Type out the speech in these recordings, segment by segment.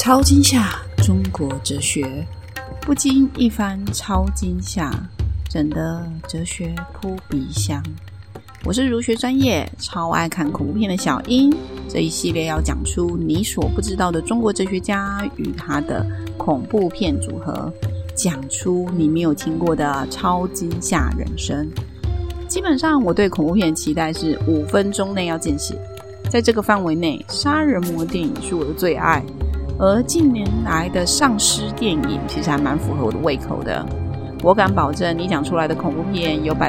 超惊吓中国哲学，不经一番超惊吓，整的哲学扑鼻香。我是儒学专业超爱看恐怖片的小英，这一系列要讲出你所不知道的中国哲学家与他的恐怖片组合，讲出你没有听过的超惊吓人生。基本上我对恐怖片的期待是5分钟内要见血，在这个范围内，杀人魔电影是我的最爱，而近年来的丧尸电影其实还蛮符合我的胃口的。我敢保证你讲出来的恐怖片有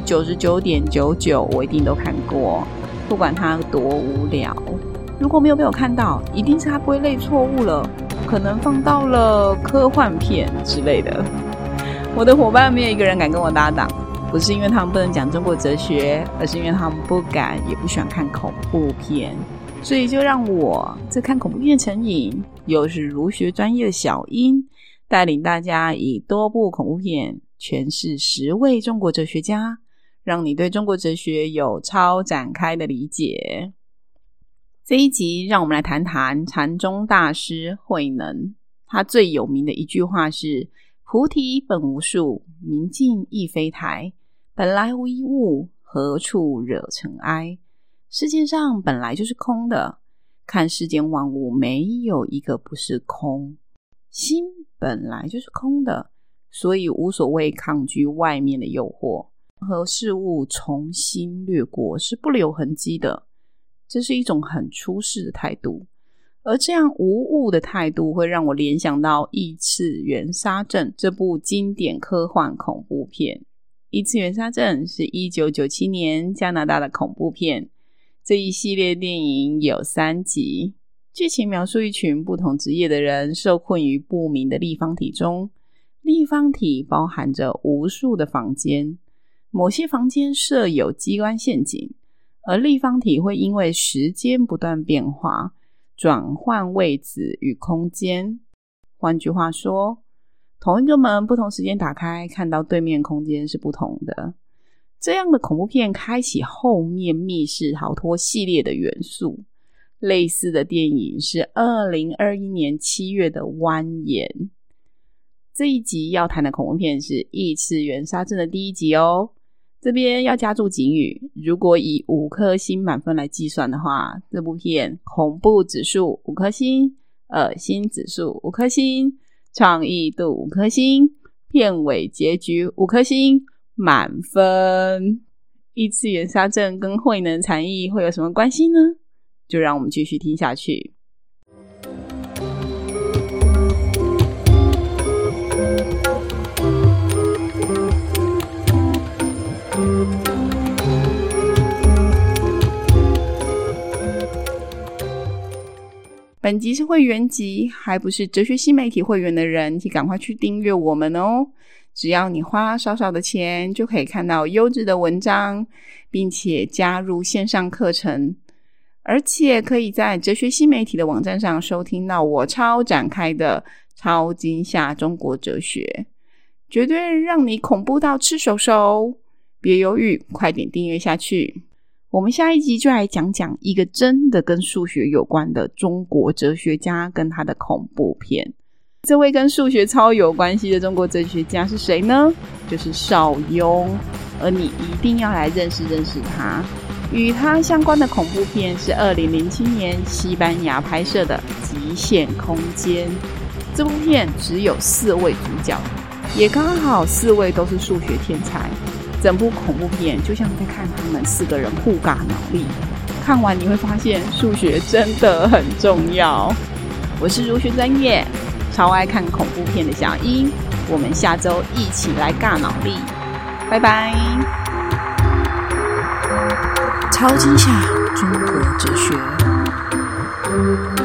99.99% 我一定都看过，不管它多无聊。如果没有被我看到，一定是它归类错误了，可能放到了科幻片之类的。我的伙伴没有一个人敢跟我搭档，不是因为他们不能讲中国哲学，而是因为他们不敢也不喜欢看恐怖片。所以就让我这看恐怖片成瘾，又是儒学专业的小英，带领大家以多部恐怖片诠释10位中国哲学家，让你对中国哲学有超展开的理解。这一集让我们来谈谈禅宗大师慧能，他最有名的一句话是：菩提本无树，明镜亦非台，本来无一物，何处惹尘埃。世界上本来就是空的，看世间万物没有一个不是空。心本来就是空的，所以无所谓抗拒外面的诱惑，和事物从心掠过是不留痕迹的，这是一种很出世的态度。而这样无物的态度会让我联想到异次元杀阵这部经典科幻恐怖片。异次元杀阵是1997年加拿大的恐怖片，这一系列电影有3集，剧情描述一群不同职业的人受困于不明的立方体中，立方体包含着无数的房间，某些房间设有机关陷阱，而立方体会因为时间不断变化转换位置与空间。换句话说，同一个门不同时间打开，看到对面空间是不同的。这样的恐怖片开启后面密室逃脱系列的元素。类似的电影是2021年7月的蜿蜒。这一集要谈的恐怖片是异次元杀阵的第1集哦。这边要加注警语，如果以5颗星满分来计算的话，这部片恐怖指数5颗星，恶心指数5颗星，创意度5颗星，片尾结局5颗星，满分。异次元杀阵跟慧能禅意会有什么关系呢？就让我们继续听下去。本集是会员集，还不是哲学新媒体会员的人，请赶快去订阅我们哦。只要你花少少的钱，就可以看到优质的文章，并且加入线上课程，而且可以在哲学新媒体的网站上收听到我超展开的超惊吓中国哲学，绝对让你恐怖到吃手手。别犹豫，快点订阅下去。我们下一集就来讲讲一个真的跟数学有关的中国哲学家跟他的恐怖片。这位跟数学超有关系的中国哲学家是谁呢？就是邵雍，而你一定要来认识认识他。与他相关的恐怖片是2007年西班牙拍摄的《极限空间》。这部片只有4位主角，也刚好4位都是数学天才。整部恐怖片就像在看他们4个人互尬脑力，看完你会发现数学真的很重要。我是儒学专业超爱看恐怖片的小英，我们下周一起来尬脑力，拜拜。超惊吓中国哲学。